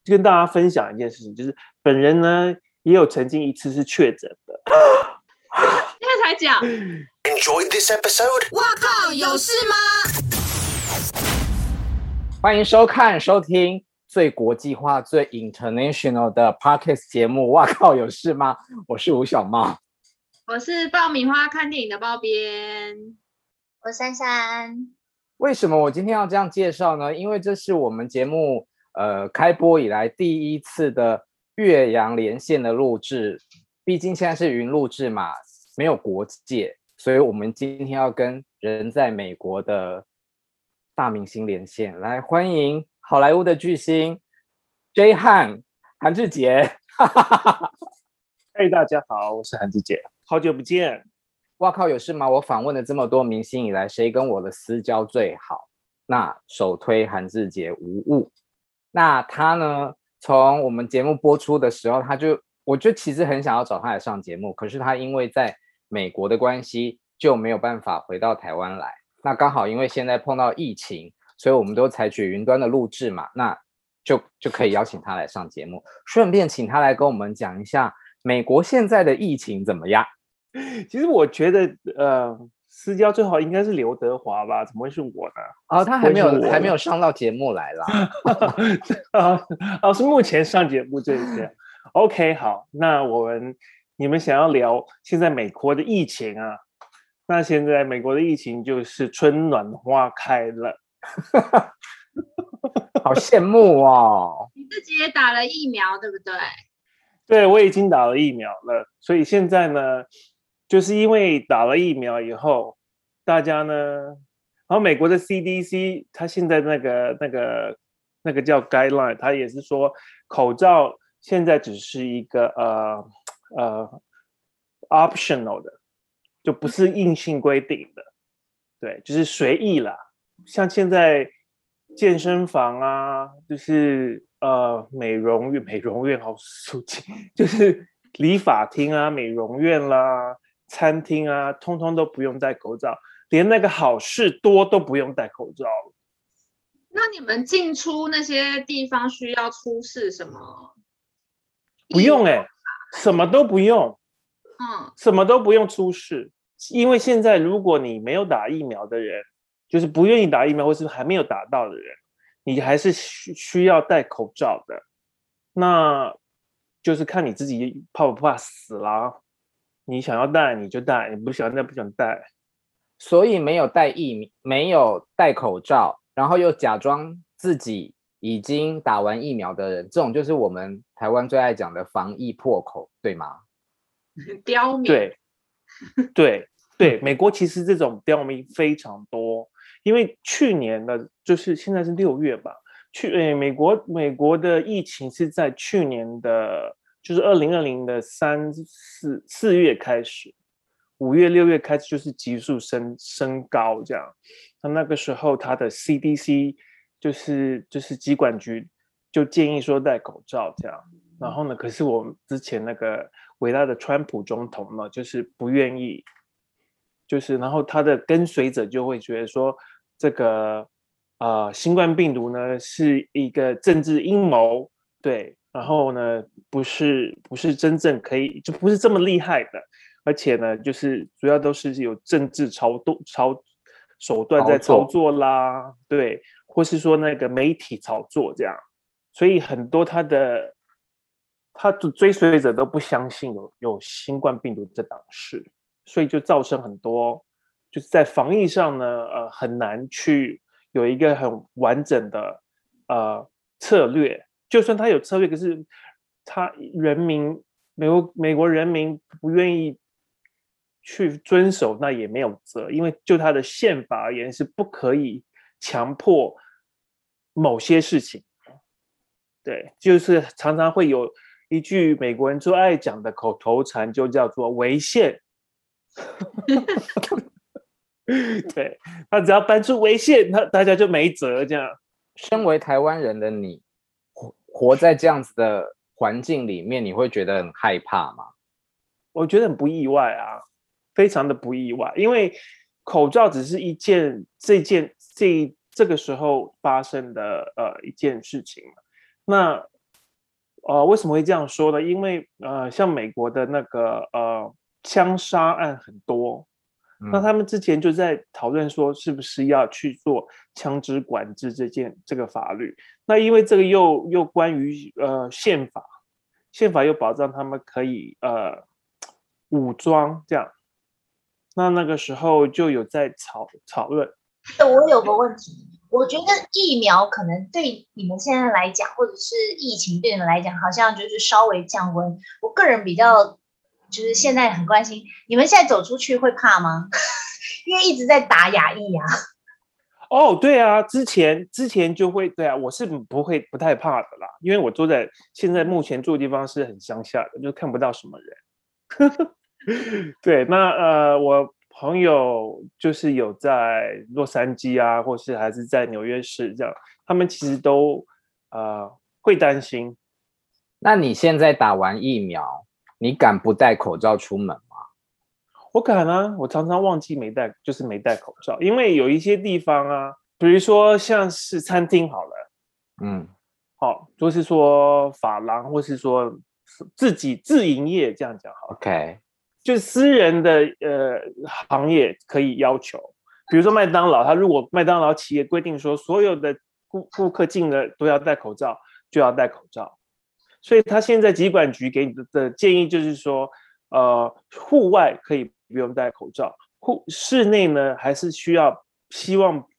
跟大家分享一件事情，就是本人呢也有曾经一次是确诊的。 现在才讲。 Enjoyed this episode? 哇靠，有事吗？ 欢迎收看、收听最国际化、最 international 的 podcast 节目。哇靠，有事吗？我是吴小茂， 我是爆米花看电影的爆边， 我珊珊。 为什么我今天要这样介绍呢？因为这是我们节目开播以来第一次的越洋连线的录制。毕竟现在是云录制嘛，没有国界，所以我们今天要跟人在美国的大明星连线，来欢迎好莱坞的巨星 J 汉韩志杰。 嘿，大家好，我是韩志杰，好久不见。 哇靠，有事吗？我访问了这么多明星以来，谁跟我的私交最好？那首推韩志杰无误。那他呢，从我们节目播出的时候，我就其实很想要找他来上节目，可是他因为在美国的关系就没有办法回到台湾来。那刚好因为现在碰到疫情，所以我们都采取云端的录制嘛，那就可以邀请他来上节目，顺便请他来跟我们讲一下美国现在的疫情怎么样。 其实我觉得私交最好应该是刘德华吧，怎么会是我呢？ 哦，他还没有上到节目来啦。 是目前上节目这一些。OK， 好，那你们想要聊现在美国的疫情啊？那现在美国的疫情就是春暖花开了。 好羡慕哦！ 你自己也打了疫苗对不对？ 对，我已经打了疫苗了，所以现在呢，就是因为打了疫苗以后，大家呢，然后美国的 CDC 它现在那个叫 guideline， 它也是说口罩现在只是一个optional 的，就不是硬性规定的，对，就是随意啦。像现在健身房啊，就是美容院好俗气，就是理发厅啊、美容院啦、餐厅啊，通通都不用戴口罩，连那个好事多都不用戴口罩。 那你们进出那些地方需要出示什么？ 不用什么都不用，什么都不用出示，因为现在如果你没有打疫苗的人，就是不愿意打疫苗或是还没有打到的人，你还是需要戴口罩的。那就是看你自己怕不怕死啦。你想要戴你就戴，你不想戴不想戴。 所以没有戴口罩，然后又假装自己已经打完疫苗的人，这种就是我们台湾最爱讲的防疫破口，对吗？ 刁民。 对，美国其实这种刁民非常多，因为去年的，就是现在是6月吧，美国的疫情是在去年的，就是2020的4月开始，5月6月开始就是急速升高这样。那个时候他的 CDC 就是疾管局就建议说戴口罩这样。然后呢，可是我们之前那个伟大的川普总统呢，就是不愿意，就是然后他的跟随者就会觉得说，这个新冠病毒呢是一个政治阴谋，对，然后呢不是真正可以，就不是这么厉害的，而且呢就是主要都是有政治手段在操作啦，对，或是说那个媒体炒作这样，所以很多他的追随者都不相信有新冠病毒这档事，所以就造成很多就是在防疫上呢，很难去有一个很完整的策略。就算他有策略，可是美国人民不愿意去遵守，那也没有辙，因为就他的宪法而言是不可以强迫某些事情。对，就是常常会有一句美国人最爱讲的口头禅，就叫做违宪。对，他只要搬出违宪，大家就没辙这样。 身为台湾人的你，活在这样子的环境里面，你会觉得很害怕吗？ 我觉得很不意外啊，非常的不意外，因为口罩只是这个时候发生的一件事情嘛。那为什么会这样说呢？因为像美国的那个枪杀案很多，那他们之前就在讨论说，是不是要去做枪支管制这个法律？那因为这个又关于宪法又保障他们可以武装这样，那个时候就有在讨论。 我有个问题，我觉得疫苗可能对你们现在来讲，或者是疫情对你们来讲，好像就是稍微降温。我个人比较就是现在很关心，你们现在走出去会怕吗？因为一直在打亚疫啊。 哦，对啊，之前就会，对啊，我是不太怕的啦，因为我现在目前住的地方是很乡下的，就看不到什么人。对，那我朋友就是有在洛杉矶啊，或是还是在纽约市这样，他们其实都会担心。 那你现在打完疫苗，你敢不戴口罩出门吗？ 我敢啊，我常常忘记没戴口罩，因为有一些地方啊，比如说像是餐厅好了，好，就是说发廊或是说自营业这样讲好 ，OK， 就是私人的行业可以要求，比如说麦当劳，如果麦当劳企业规定说所有的顾客进的都要戴口罩，就要戴口罩，所以他现在疾管局给你的建议就是说，户外可以不用戴口罩，室内呢还是希望，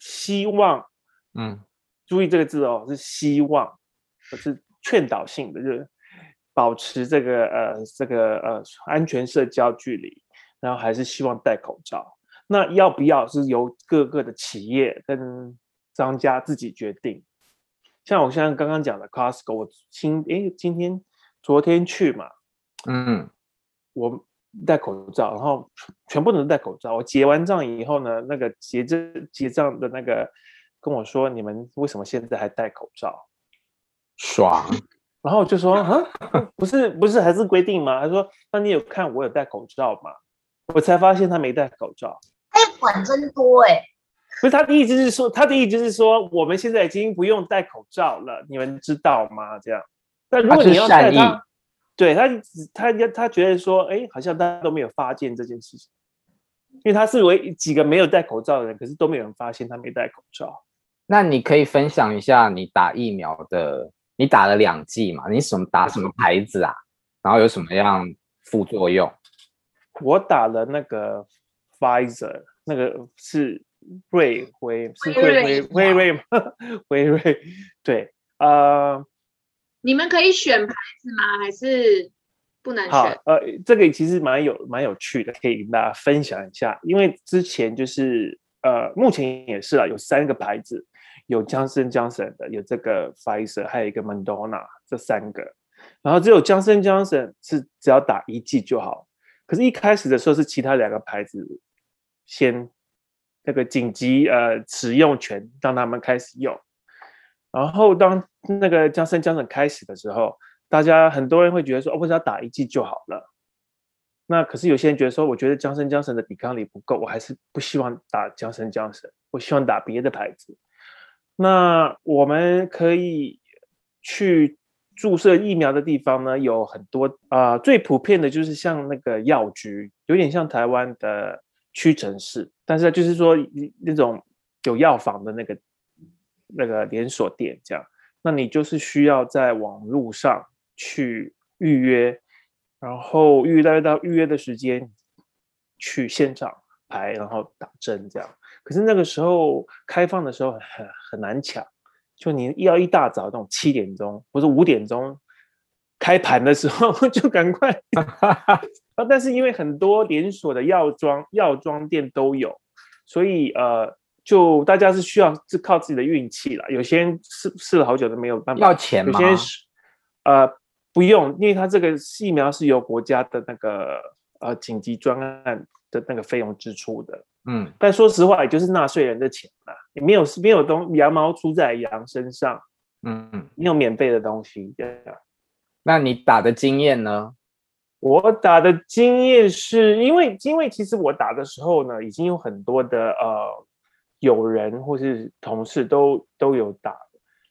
注意这个字哦，是希望，是劝导性的，就是保持这个安全社交距离，然后还是希望戴口罩。那要不要是由各个的企业跟商家自己决定。像我现在刚刚讲的 Costco， 我昨天去嘛，我戴口罩，然后全部人都戴口罩。我结完账以后呢，那个结账的那个跟我说：“你们为什么现在还戴口罩？” 爽。 然后我就说：“不是还是规定吗？”他说：“那你有看我有戴口罩吗？”我才发现他没戴口罩。 他管真多哎。 不是他的意思是说，我们现在已经不用戴口罩了，你们知道吗？这样。但如果你要戴它，对他觉得说，好像大家都没有发现这件事情，因为他是几个没有戴口罩的人，可是都没有人发现他没戴口罩。 那你可以分享一下你打疫苗的，你打了2剂嘛？你打什么牌子啊？然后有什么样副作用？ 我打了那个 Pfizer， 那个是辉瑞吗？辉瑞，对， 你们可以选牌子吗？还是不能选？ 好，这个其实蛮有趣的，可以跟大家分享一下。因为之前就是目前也是啦，有3个牌子，有Johnson Johnson的，有这个 Pfizer， 还有一个 Moderna， 这3个。然后只有Johnson Johnson是只要打1剂就好。可是一开始的时候是其他2个牌子先那个紧急使用权让他们开始用。然后当那个Johnson Johnson开始的时候，很多人会觉得说，我只要打1剂就好了。那可是有些人觉得说，我觉得Johnson Johnson的抵抗力不够，我还是不希望打Johnson Johnson，我希望打别的牌子。那我们可以去注射疫苗的地方呢，有很多最普遍的就是像那个药局，有点像台湾的屈臣氏，但是就是说那种有药房的那个连锁店这样。那你就是需要在网络上去预约，然后预约的时间去现场排，然后打针这样。可是那个时候开放的时候很难抢，就你要一大早那种7点钟或者5点钟开盘的时候就赶快但是因为很多连锁的药妆店都有，所以就大家是需要靠自己的运气啦。有些人试了好久都没有办法。 要钱吗？ 有些人不用，因为它这个疫苗是由国家的那个紧急专案的那个费用支出的。但说实话，也就是纳税人的钱啦，也没有羊毛出在羊身上。没有免费的东西。 那你打的经验呢？ 我打的经验是因为其实我打的时候呢，已经有很多的友人或是同事都有打，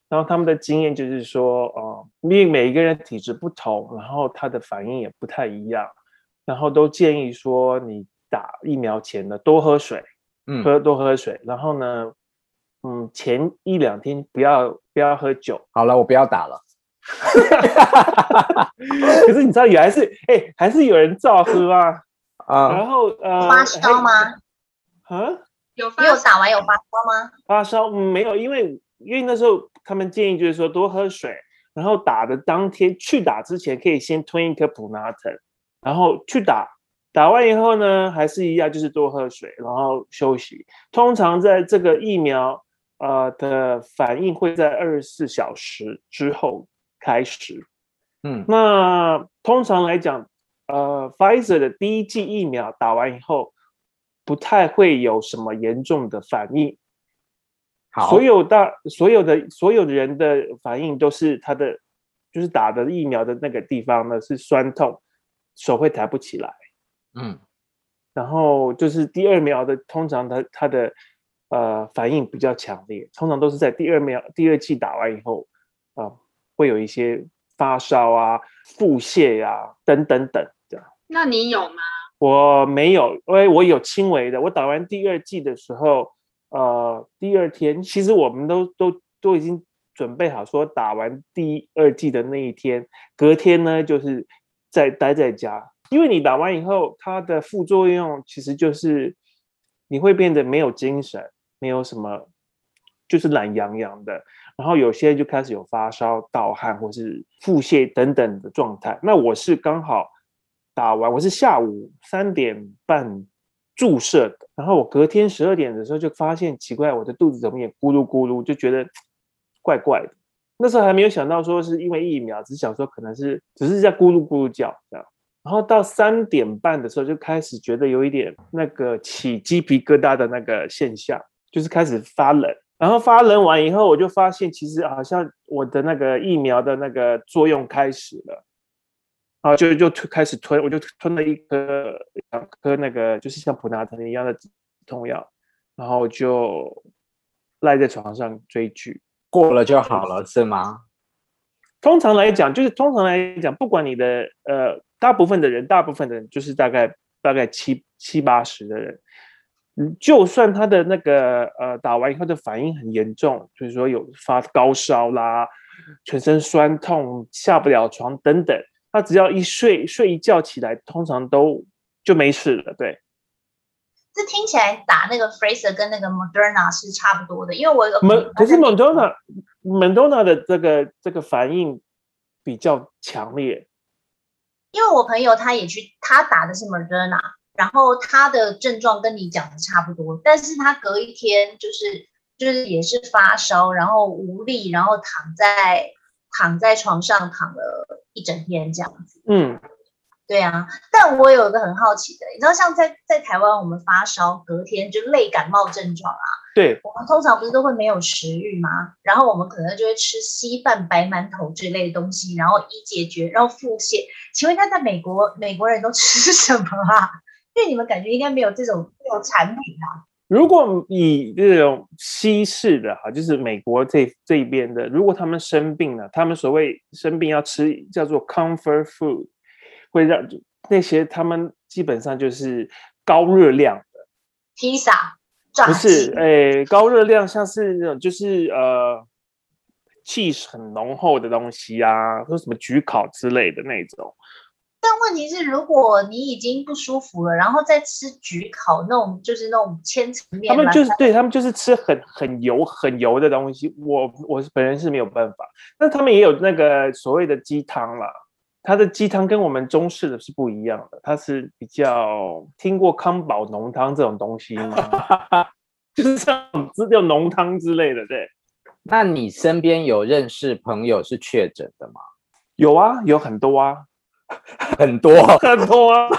然后他们的经验就是说，因为每一个人体质不同，然后他的反应也不太一样，然后都建议说你打疫苗前呢多喝水，多喝水，然后呢，前1-2天不要喝酒。 好了，我不要打了。 可是你知道还是有人照喝啊。然后发烧吗？ 你有打完有发烧吗？ 发烧没有，因为那时候他们建议就是说多喝水，然后打的当天去打之前可以先吞一颗普拿疼，然后去打完以后呢还是一样就是多喝水，然后休息。通常在这个疫苗的反应会在24小时之后开始。那通常来讲Pfizer 的第1剂疫苗打完以后不太会有什么严重的反应。好，所有的人的反应都是他的就是打的疫苗的那个地方呢是酸痛，手会抬不起来。然后就是第2苗的通常他的反应比较强烈，通常都是在第2剂打完以后会有一些发烧啊、腹泻啊等等等这样。 那你有吗？ 我没有，因为我有轻微的。我打完第2剂的时候，第2天，其实我们都已经准备好，说打完第2剂的那一天，隔天呢就是待在家，因为你打完以后，它的副作用其实就是你会变得没有精神，没有什么，就是懒洋洋的。然后有些就开始有发烧、盗汗或是腹泻等等的状态。那我是刚好打完，我是下午3点半注射的，然后我隔天12点的时候就发现奇怪，我的肚子怎么也咕噜咕噜，就觉得怪怪的。那时候还没有想到说是因为疫苗，只是想说可能是只是在咕噜咕噜叫这样。然后到3点半的时候就开始觉得有一点那个起鸡皮疙瘩的那个现象，就是开始发冷。然后发冷完以后，我就发现其实好像我的那个疫苗的那个作用开始了，然后就开始吞，我就吞了2颗那个就是像普拿疼一样的止痛药，然后就赖在床上追剧， 过了就好了是吗？ 通常来讲，不管你的大部分的人就是大概70-80%的人。就算他的那个打完以后的反应很严重，就是说有发高烧啦、全身酸痛、下不了床等等，他只要睡一觉起来，通常都就没事了。对， 这听起来打那个 Pfizer 跟那个 Moderna 是差不多的，因为我有可是 Moderna 的这个反应比较强烈， 因为我朋友他打的是 Moderna。然后他的症状跟你讲的差不多，但是他隔一天就是也是发烧，然后无力，然后躺在床上躺了1整天这样子。对啊。但我有一个很好奇的，你知道像在台湾我们发烧隔天就类感冒症状啊， 对， 我们通常不是都会没有食欲吗？然后我们可能就会吃稀饭、白馒头之类的东西，然后解决，然后腹泻。请问他在美国人都吃什么啊？因为你们感觉应该没有这种产品啊。 如果以这种西式的就是美国这一边的，如果他们生病了，他们所谓生病要吃叫做 comfort food， 会让那些他们基本上就是高热量的披萨、炸鸡， 不是高热量像是那种就是cheese 很浓厚的东西啊，或什么焗烤之类的那种。 但问题是，如果你已经不舒服了，然后再吃焗烤那种，就是那种千层面， 他们就是吃很油的东西。我本人是没有办法，但他们也有那个所谓的鸡汤啦。它的鸡汤跟我们中式的是不一样的，它是比较听过康宝浓汤这种东西吗？就是这种浓汤之类的，对。 那你身边有认识朋友是确诊的吗？ 有啊，有很多啊。 很多啊，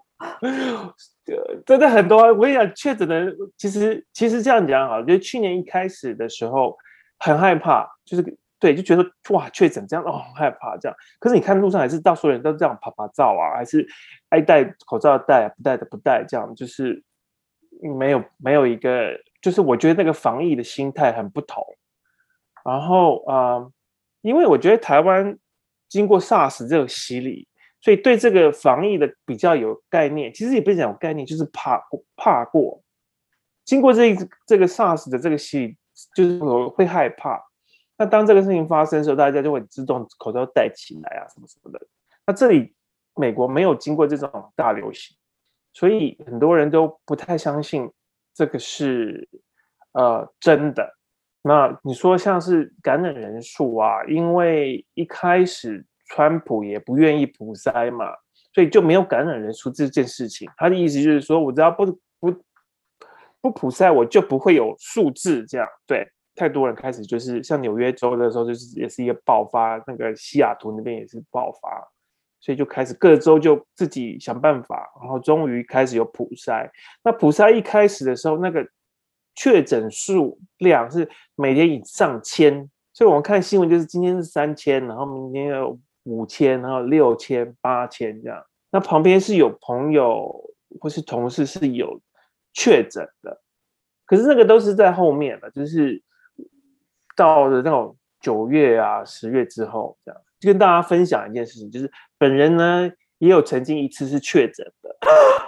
真的很多啊！我跟你讲，确诊的人其实这样讲好，就是去年一开始的时候很害怕，就是对，就觉得哇确诊这样很害怕这样。可是你看路上还是到处人都这样拍拍照啊，还是爱戴口罩戴，不戴的不戴，这样就是没有一个，就是我觉得那个防疫的心态很不同。 然后因为我觉得台湾经过 SARS 这个洗礼，所以对这个防疫的比较有概念。其实也不是讲有概念，就是怕过。经过这个 SARS 的这个洗礼，就是我会害怕。那当这个事情发生的时候，大家就会自动口罩戴起来啊，什么什么的。那这里美国没有经过这种大流行，所以很多人都不太相信这个是真的。那你说像是感染人数啊，因为一开始川普也不愿意普筛嘛，所以就没有感染人数这件事情。他的意思就是说，我只要不普筛，我就不会有数字这样。对，太多人开始就是像纽约州的时候，就是也是一个爆发，那个西雅图那边也是爆发，所以就开始各州就自己想办法，然后终于开始有普筛。那普筛一开始的时候，那个确诊数量是每天以上千，所以我们看新闻就是今天是3000，然后明天有5000，然后6000、8000这样。那旁边是有朋友或是同事是有确诊的，可是那个都是在后面了，就是到了那种9月啊、10月之后这样。就跟大家分享一件事情，就是本人呢也有曾经一次是确诊的。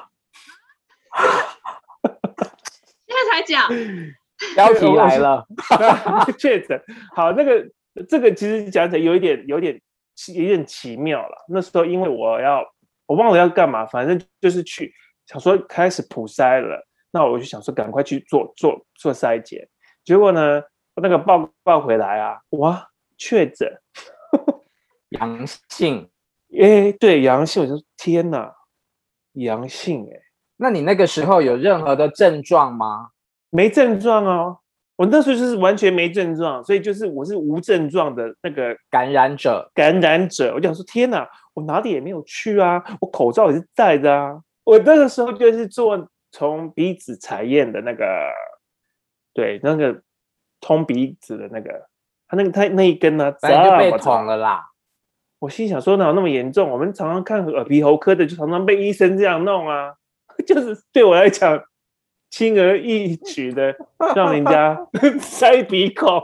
现在才讲， 标题来了， 确诊。好，这个其实讲起来有点奇妙了。那时候因为我忘了要干嘛，反正就是去想说开始普筛了，那我就想说赶快去做筛检。结果呢，那个报告回来啊，哇，确诊， 阳性。 对，阳性，我就说天哪，阳性那你那个时候有任何的症状吗？ 没症状哦，我那时候就是完全没症状，所以就是我是无症状的那个感染者。 我就想说天哪，我哪里也没有去啊，我口罩也是戴的啊。我那个时候就是做从鼻子采验的那个，对，那个通鼻子的那个，他那一根呢， 反正就被捅了啦。 我心想说哪有那么严重？我们常常看耳鼻喉科的，就常常被医生这样弄啊，就是对我来讲轻而易举的让人家塞鼻孔。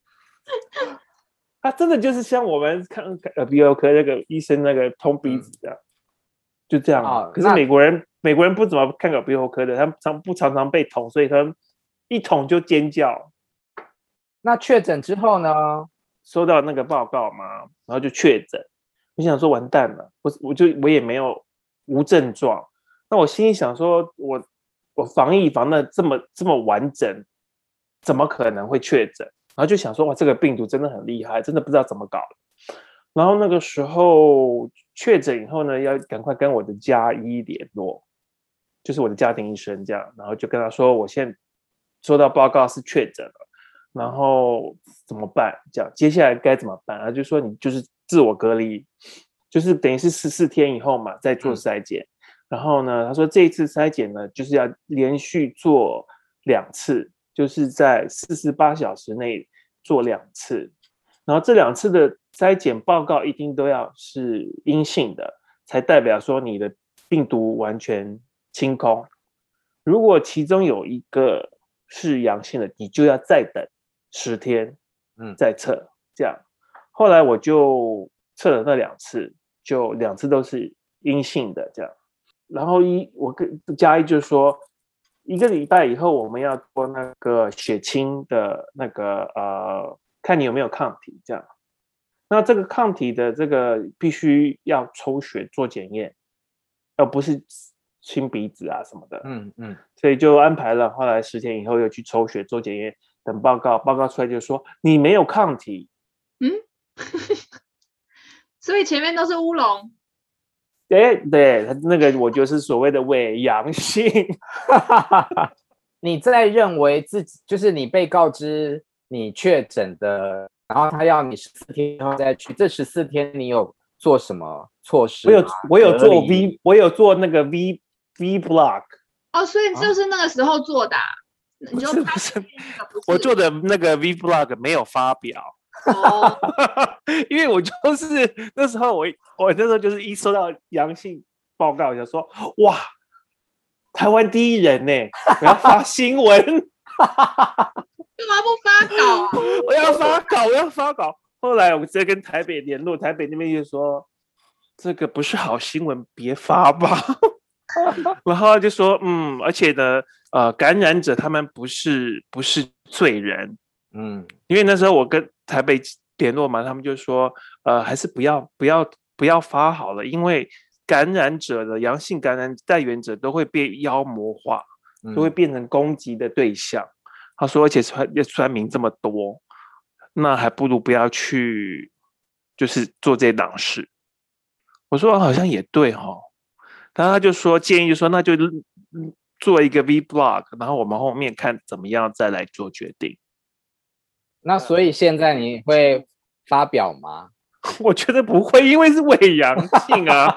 他真的就是像我们看耳鼻喉科那个医生那个通鼻子这样，就这样。可是美国人不怎么看耳鼻喉科的，他们常常被捅，所以他们一捅就尖叫。 那确诊之后呢？ 收到那个报告嘛，然后就确诊。我想说完蛋了，我也没有无症状。那我心里想说，我防疫防的这么完整，怎么可能会确诊？然后就想说，哇，这个病毒真的很厉害，真的不知道怎么搞的。然后那个时候确诊以后呢，要赶快跟我的家医联络，就是我的家庭医生这样，然后就跟他说，我现在收到报告是确诊了。然后怎么办？这样接下来该怎么办？他就说你就是自我隔离，就是等于是14天以后嘛，再做筛检。然后呢，他说这一次筛检呢，就是要连续做2次，就是在48小时内做2次。然后这2次的筛检报告一定都要是阴性的，才代表说你的病毒完全清空。如果其中有一个是阳性的，你就要再等10天，再测这样。后来我就测了那2次，就2次都是阴性的这样。然后我跟家医就说，1个礼拜以后我们要做那个血清的那个看你有没有抗体这样。那这个抗体的这个必须要抽血做检验，而不是清鼻子啊什么的。所以就安排了，后来10天以后又去抽血做检验。等报告出来就说你没有抗体， 所以前面都是乌龙。 对，那个我就是所谓的伪阳性。 你在认为自己就是你被告知你确诊的，然后他要你14天后再去，这14天你有做什么措施吗？ 我有做那个 V block。 哦，所以就是那个时候做的你就不是我做的那个 V blog 没有发表。因为我就是那时候我那时候就是一收到阳性报告，我就说哇，台湾第一人呢，我要发新闻。 干嘛不发稿啊？ 我要发稿，我要发稿。后来我直接跟台北联络，台北那边就说这个不是好新闻，别发吧。然后就说而且呢，感染者他们不是罪人，因为那时候我跟台北联络嘛，他们就说还是不要发好了，因为感染者的阳性感染带源者都会被妖魔化，都会变成攻击的对象。他说，而且酸民这么多，那还不如不要去，就是做这档事。我说好像也对哈，然后他就说建议就说那就做一个 Vlog， 然后我们后面看怎么样再来做决定。 那所以现在你会发表吗？ 我觉得不会，因为是伪阳性啊。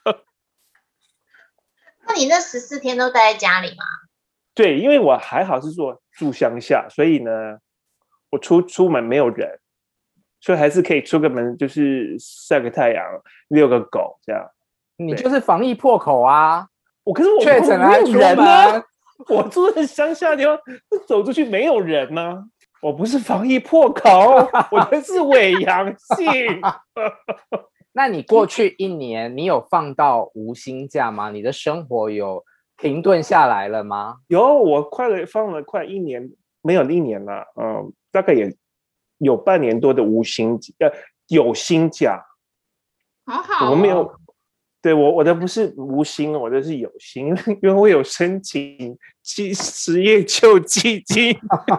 那你那14天都待在家里吗？ 对，因为我还好是住乡下，所以呢，我出门没有人，所以还是可以出个门，就是晒个太阳，遛个狗这样。 你就是防疫破口啊！ 可是我确诊了还出人啊门， 我住在乡下地方，走出去没有人呢、啊。我不是防疫破口，我的是伪阳性。 那你过去1年，你有放到无薪假吗？你的生活有停顿下来了吗？ 有，我放了快1年，没有1年了，大概也有半年多的有薪假。 好好、哦， 我没有，对我的不是无薪，我的是有薪，因为我有申请失业救济金。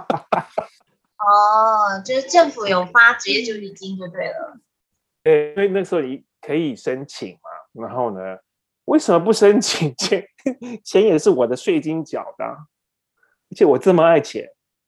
哦，就是政府有发职业救济金就对了。 对，因为那时候你可以申请嘛，然后呢，为什么不申请？钱也是我的税金缴的，而且我这么爱钱。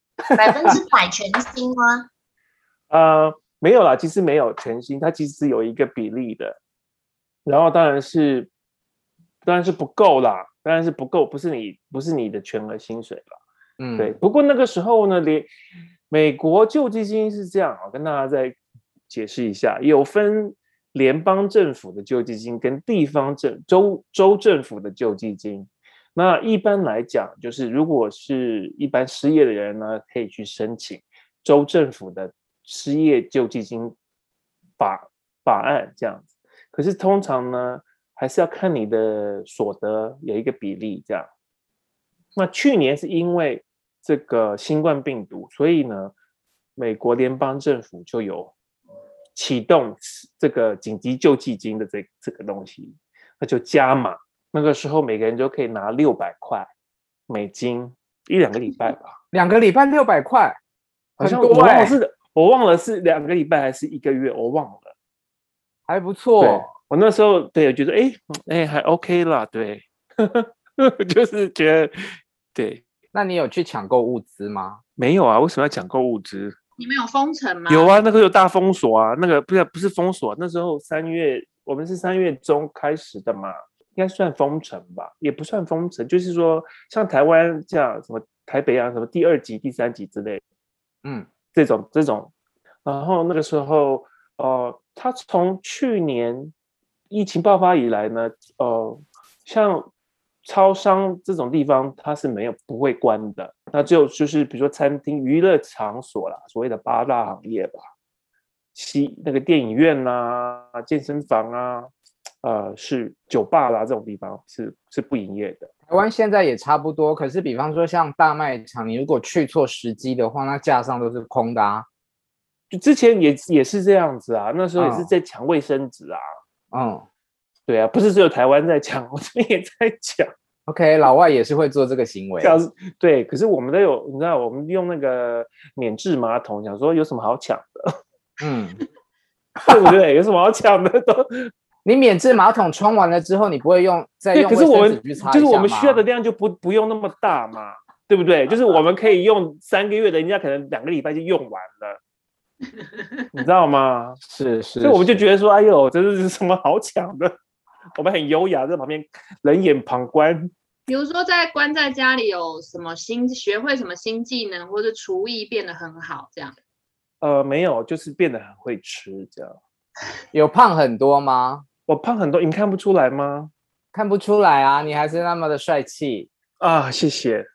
100%全薪吗？ 没有啦，其实没有全薪，它其实有一个比例的。然后当然是不够啦，当然是不够，不是你的全额薪水啦。对。不过那个时候呢，美国救济金是这样，我跟大家再解释一下，有分联邦政府的救济金跟地方州政府的救济金。那一般来讲，就是如果是一般失业的人呢，可以去申请州政府的失业救济金法案这样子。可是通常呢，还是要看你的所得有一个比例这样。那去年是因为这个新冠病毒，所以呢，美国联邦政府就有启动这个紧急救济金的这个东西，那就加码。那个时候每个人就可以拿$600美金，1-2个礼拜吧。 2个礼拜600块， 好像很多我忘了是2个礼拜还是1个月，我忘了。 还不错。 对，我那时候对我觉得还 OK 啦，对，就是觉得对。 那你有去抢购物资吗？ 没有啊，为什么要抢购物资？ 你们有封城吗？ 有啊，那个有大封锁啊，那个不是封锁，那时候我们是3月中开始的嘛，应该算封城吧，也不算封城，就是说像台湾这样，什么台北啊，什么第2级、第3级之类，这种，然后那个时候，他从去年疫情爆发以来呢，像超商这种地方它是不会关的，那就是比如说餐厅、娱乐场所啦，所谓的8大行业吧，那个电影院啊、健身房啊，是酒吧啦这种地方是不营业的。 台湾现在也差不多，可是比方说像大卖场，你如果去错时机的话，那架上都是空的啊。 就之前也是这样子啊，那时候也是在抢卫生纸啊。对啊，不是只有台湾在抢，我这边也在抢。 OK， 老外也是会做这个行为。 对，可是我们都有，你知道，我们用那个免治马桶，想说有什么好抢的？对不对？有什么好抢的？ 你免治马桶冲完了之后，你不会再用卫生纸去擦一下吗？ 就是我们需要的量就不用那么大嘛，对不对？就是我们可以用3个月的，人家可能2个礼拜就用完了。你知道吗？ 是， 所以我们就觉得说，哎呦，这是什么好抢的？我们很优雅，在旁边冷眼旁观。 比如说，关在家里有什么学会什么新技能，或者厨艺变得很好，这样？ 没有，就是变得很会吃，这样。 有胖很多吗？ 我胖很多，你看不出来吗？ 看不出来啊，你还是那么的帅气啊！谢谢。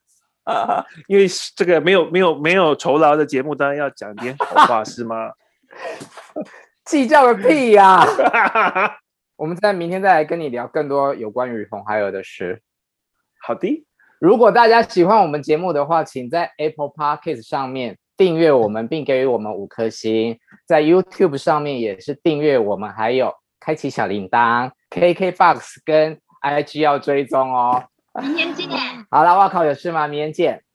因为这个没有酬劳的节目，当然要讲点好话，是吗？ 计较个屁呀、我们在明天再来跟你聊更多有关于红孩儿的事。 好的， 如果大家喜欢我们节目的话，请在 Apple Podcast 上面订阅我们，并给予我们5颗星。在 YouTube 上面也是订阅我们，还有开启小铃铛 ，KKBOX 跟 IG 要追踪哦。 明天见。 好了，哇靠，有事吗？明天见。